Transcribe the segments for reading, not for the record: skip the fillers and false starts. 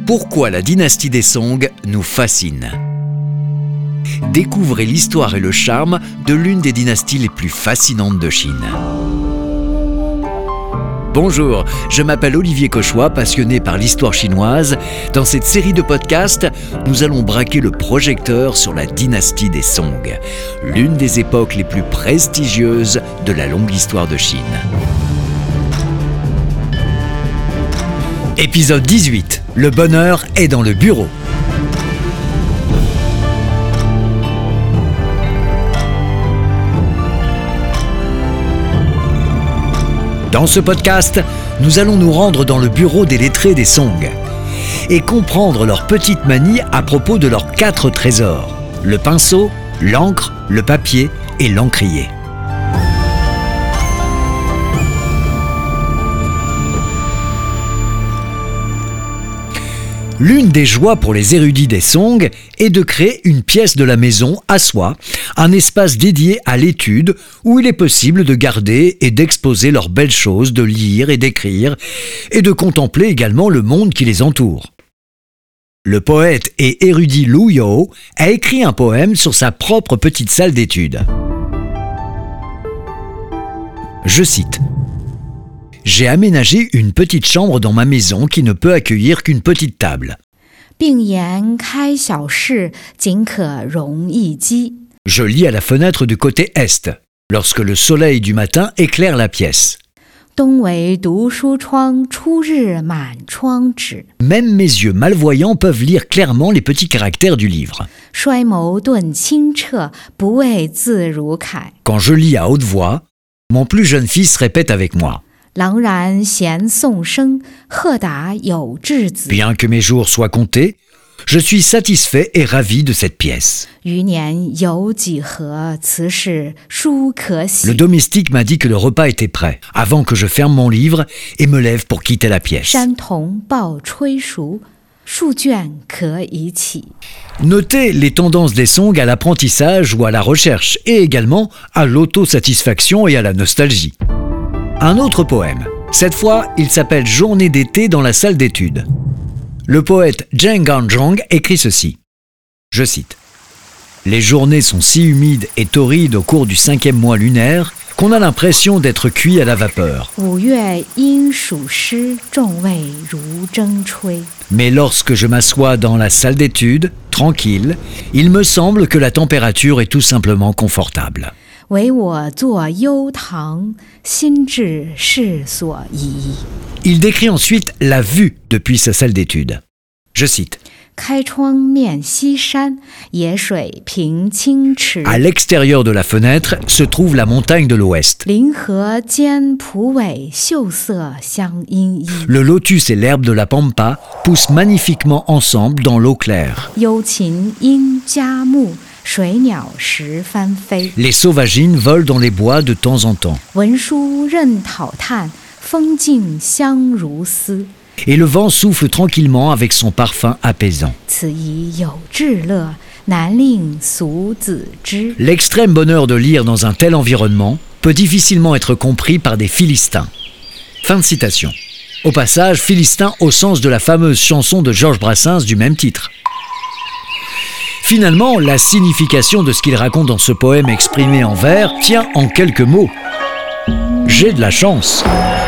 Pourquoi la dynastie des Song nous fascine. Découvrez l'histoire et le charme de l'une des dynasties les plus fascinantes de Chine. Bonjour, je m'appelle Olivier Cauchois, passionné par l'histoire chinoise. Dans cette série de podcasts, nous allons braquer le projecteur sur la dynastie des Song, l'une des époques les plus prestigieuses de la longue histoire de Chine. Épisode 18. Le bonheur est dans le bureau. Dans ce podcast, nous allons nous rendre dans le bureau des lettrés des Song et comprendre leurs petites manies à propos de leurs 4 trésors, le pinceau, l'encre, le papier et l'encrier. L'une des joies pour les érudits des Song est de créer une pièce de la maison à soi, un espace dédié à l'étude où il est possible de garder et d'exposer leurs belles choses, de lire et d'écrire, et de contempler également le monde qui les entoure. Le poète et érudit Lu You a écrit un poème sur sa propre petite salle d'études. Je cite. J'ai aménagé une petite chambre dans ma maison qui ne peut accueillir qu'une petite table. Je lis à la fenêtre du côté est, lorsque le soleil du matin éclaire la pièce. Même mes yeux malvoyants peuvent lire clairement les petits caractères du livre. Quand je lis à haute voix, mon plus jeune fils répète avec moi. Bien que mes jours soient comptés, je suis satisfait et ravi de cette pièce. Le domestique m'a dit que le repas était prêt, avant que je ferme mon livre et me lève pour quitter la pièce. Notez les tendances des Song à l'apprentissage ou à la recherche, et également à l'autosatisfaction et à la nostalgie. Un autre poème. Cette fois, il s'appelle « Journée d'été dans la salle d'études ». Le poète Zheng Ganzhong écrit ceci. Je cite. « Les journées sont si humides et torrides au cours du 5e mois lunaire qu'on a l'impression d'être cuit à la vapeur. Mais lorsque je m'assois dans la salle d'études, tranquille, il me semble que la température est tout simplement confortable. » Il décrit ensuite la vue depuis sa salle d'études. Je cite. À l'extérieur de la fenêtre se trouve la montagne de l'Ouest. Le lotus et l'herbe de la pampa poussent magnifiquement ensemble dans l'eau claire. Les sauvagines volent dans les bois de temps en temps. Et le vent souffle tranquillement avec son parfum apaisant. L'extrême bonheur de lire dans un tel environnement peut difficilement être compris par des Philistins. Fin de citation. Au passage, Philistin au sens de la fameuse chanson de Georges Brassens du même titre. Finalement, la signification de ce qu'il raconte dans ce poème exprimé en vers tient en quelques mots. J'ai de la chance.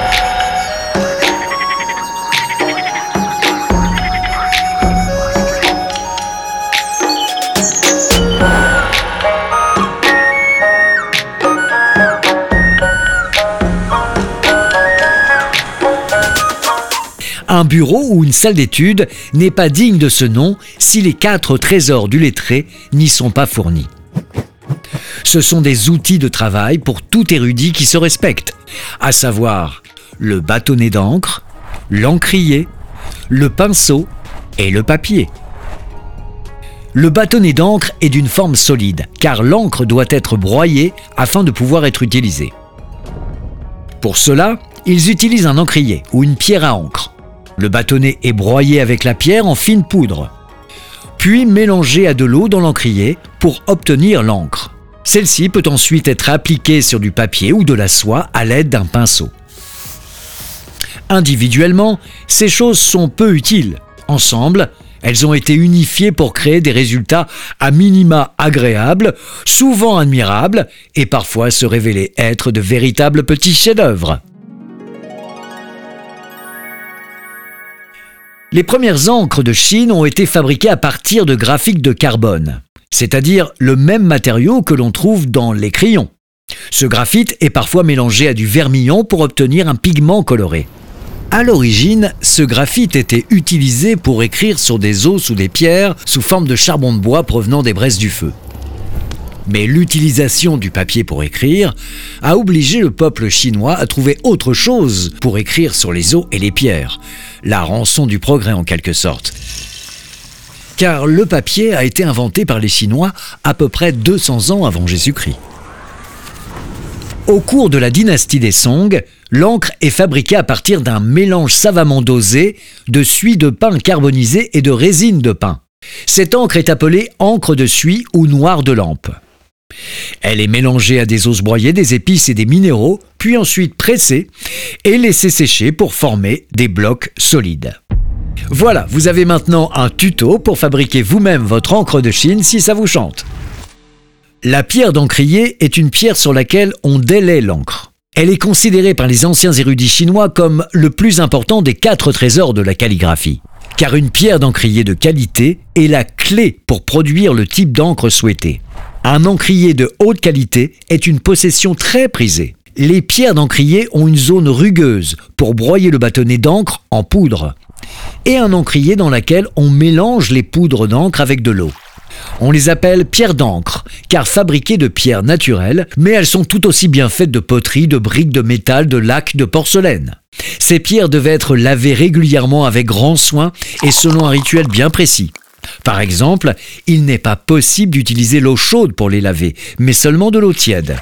Un bureau ou une salle d'études n'est pas digne de ce nom si les 4 trésors du lettré n'y sont pas fournis. Ce sont des outils de travail pour tout érudit qui se respecte, à savoir le bâtonnet d'encre, l'encrier, le pinceau et le papier. Le bâtonnet d'encre est d'une forme solide, car l'encre doit être broyée afin de pouvoir être utilisée. Pour cela, ils utilisent un encrier ou une pierre à encre. Le bâtonnet est broyé avec la pierre en fine poudre, puis mélangé à de l'eau dans l'encrier pour obtenir l'encre. Celle-ci peut ensuite être appliquée sur du papier ou de la soie à l'aide d'un pinceau. Individuellement, ces choses sont peu utiles. Ensemble, elles ont été unifiées pour créer des résultats à minima agréables, souvent admirables, et parfois se révéler être de véritables petits chefs-d'œuvre. Les premières encres de Chine ont été fabriquées à partir de graphique de carbone, c'est-à-dire le même matériau que l'on trouve dans les crayons. Ce graphite est parfois mélangé à du vermillon pour obtenir un pigment coloré. À l'origine, ce graphite était utilisé pour écrire sur des os ou des pierres sous forme de charbon de bois provenant des braises du feu. Mais l'utilisation du papier pour écrire a obligé le peuple chinois à trouver autre chose pour écrire sur les os et les pierres. La rançon du progrès en quelque sorte. Car le papier a été inventé par les Chinois à peu près 200 ans avant Jésus-Christ. Au cours de la dynastie des Song, l'encre est fabriquée à partir d'un mélange savamment dosé de suie de pin carbonisé et de résine de pin. Cette encre est appelée encre de suie ou noir de lampe. Elle est mélangée à des os broyés, des épices et des minéraux, puis ensuite pressée et laissée sécher pour former des blocs solides. Voilà, vous avez maintenant un tuto pour fabriquer vous-même votre encre de Chine si ça vous chante. La pierre d'encrier est une pierre sur laquelle on délaie l'encre. Elle est considérée par les anciens érudits chinois comme le plus important des 4 trésors de la calligraphie. Car une pierre d'encrier de qualité est la clé pour produire le type d'encre souhaité. Un encrier de haute qualité est une possession très prisée. Les pierres d'encrier ont une zone rugueuse pour broyer le bâtonnet d'encre en poudre et un encrier dans laquelle on mélange les poudres d'encre avec de l'eau. On les appelle pierres d'encre, car fabriquées de pierres naturelles, mais elles sont tout aussi bien faites de poterie, de briques, de métal, de laque, de porcelaine. Ces pierres devaient être lavées régulièrement avec grand soin et selon un rituel bien précis. Par exemple, il n'est pas possible d'utiliser l'eau chaude pour les laver, mais seulement de l'eau tiède.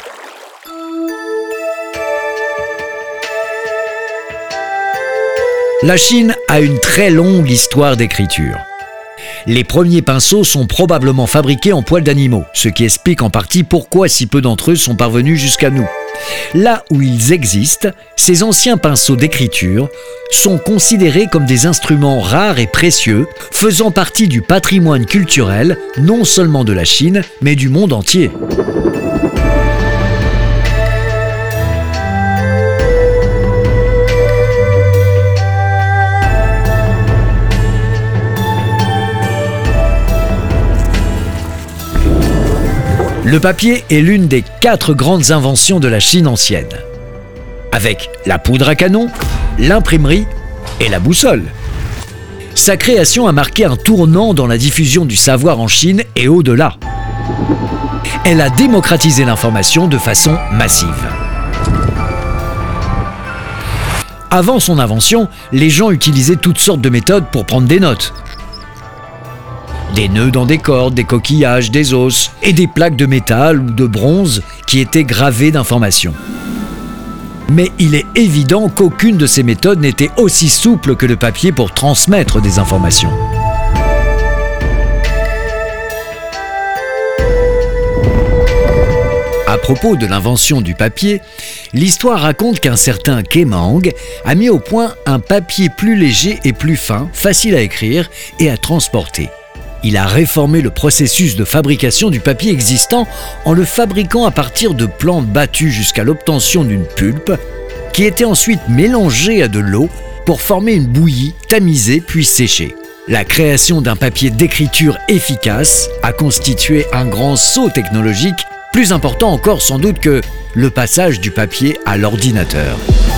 La Chine a une très longue histoire d'écriture. Les premiers pinceaux sont probablement fabriqués en poils d'animaux, ce qui explique en partie pourquoi si peu d'entre eux sont parvenus jusqu'à nous. Là où ils existent, ces anciens pinceaux d'écriture sont considérés comme des instruments rares et précieux, faisant partie du patrimoine culturel non seulement de la Chine, mais du monde entier. Le papier est l'une des 4 grandes inventions de la Chine ancienne, avec la poudre à canon, l'imprimerie et la boussole. Sa création a marqué un tournant dans la diffusion du savoir en Chine et au-delà. Elle a démocratisé l'information de façon massive. Avant son invention, les gens utilisaient toutes sortes de méthodes pour prendre des notes. Des nœuds dans des cordes, des coquillages, des os et des plaques de métal ou de bronze qui étaient gravées d'informations. Mais il est évident qu'aucune de ces méthodes n'était aussi souple que le papier pour transmettre des informations. À propos de l'invention du papier, l'histoire raconte qu'un certain Kemang a mis au point un papier plus léger et plus fin, facile à écrire et à transporter. Il a réformé le processus de fabrication du papier existant en le fabriquant à partir de plantes battues jusqu'à l'obtention d'une pulpe qui était ensuite mélangée à de l'eau pour former une bouillie tamisée puis séchée. La création d'un papier d'écriture efficace a constitué un grand saut technologique, plus important encore sans doute que le passage du papier à l'ordinateur.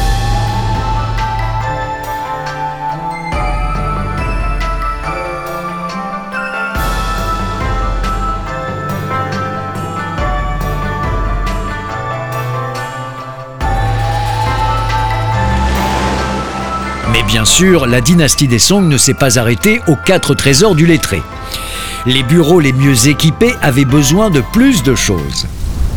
Mais bien sûr, la dynastie des Song ne s'est pas arrêtée aux 4 trésors du lettré. Les bureaux les mieux équipés avaient besoin de plus de choses.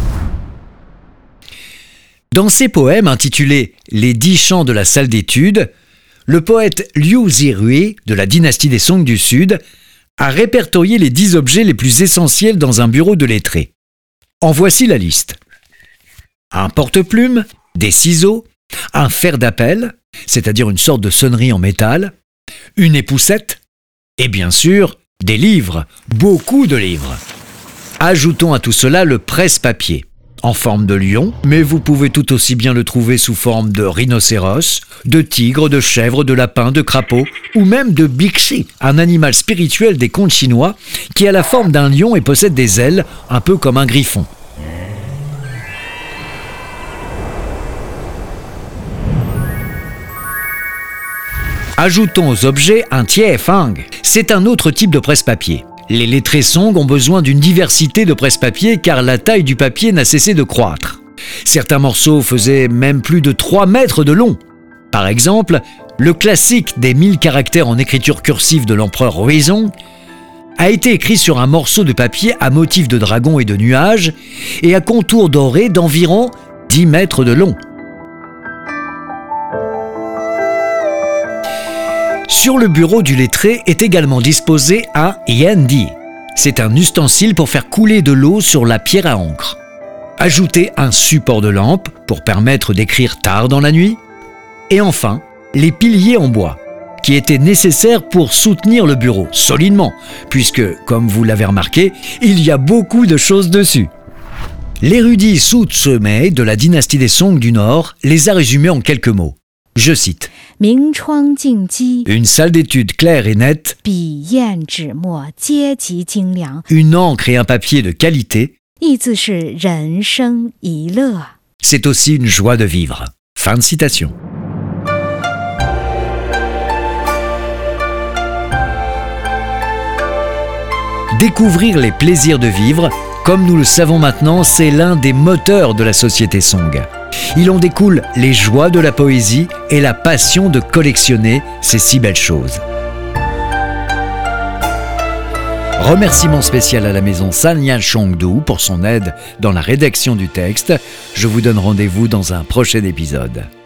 Dans ses poèmes intitulés « Les 10 chants de la salle d'études », le poète Liu Zirui de la dynastie des Song du Sud a répertorié les 10 objets les plus essentiels dans un bureau de lettré. En voici la liste. Un porte-plume, des ciseaux, un fer d'appel, c'est-à-dire une sorte de sonnerie en métal, une époussette, Et bien sûr, des livres, beaucoup de livres. Ajoutons à tout cela le presse-papier, en forme de lion, mais vous pouvez tout aussi bien le trouver sous forme de rhinocéros, de tigre, de chèvre, de lapin, de crapaud, ou même de bixi, un animal spirituel des contes chinois qui a la forme d'un lion et possède des ailes, un peu comme un griffon. Ajoutons aux objets un tiefang. C'est un autre type de presse-papier. Les lettrés Song ont besoin d'une diversité de presse-papier car la taille du papier n'a cessé de croître. Certains morceaux faisaient même plus de 3 mètres de long. Par exemple, le classique des 1000 caractères en écriture cursive de l'empereur Huizong a été écrit sur un morceau de papier à motif de dragon et de nuages et à contour doré d'environ 10 mètres de long. Sur le bureau du lettré est également disposé un Yandi. C'est un ustensile pour faire couler de l'eau sur la pierre à encre. Ajoutez un support de lampe pour permettre d'écrire tard dans la nuit. Et enfin, les piliers en bois, qui étaient nécessaires pour soutenir le bureau solidement, puisque, comme vous l'avez remarqué, il y a beaucoup de choses dessus. L'érudit Su Tse-mei de la dynastie des Song du Nord les a résumés en quelques mots. Je cite. Une salle d'études claire et nette, une encre et un papier de qualité, c'est aussi une joie de vivre. Fin de citation. Découvrir les plaisirs de vivre, comme nous le savons maintenant, c'est l'un des moteurs de la société Song. Il en découle les joies de la poésie et la passion de collectionner ces si belles choses. Remerciement spécial à la maison Sanya Chongdu pour son aide dans la rédaction du texte. Je vous donne rendez-vous dans un prochain épisode.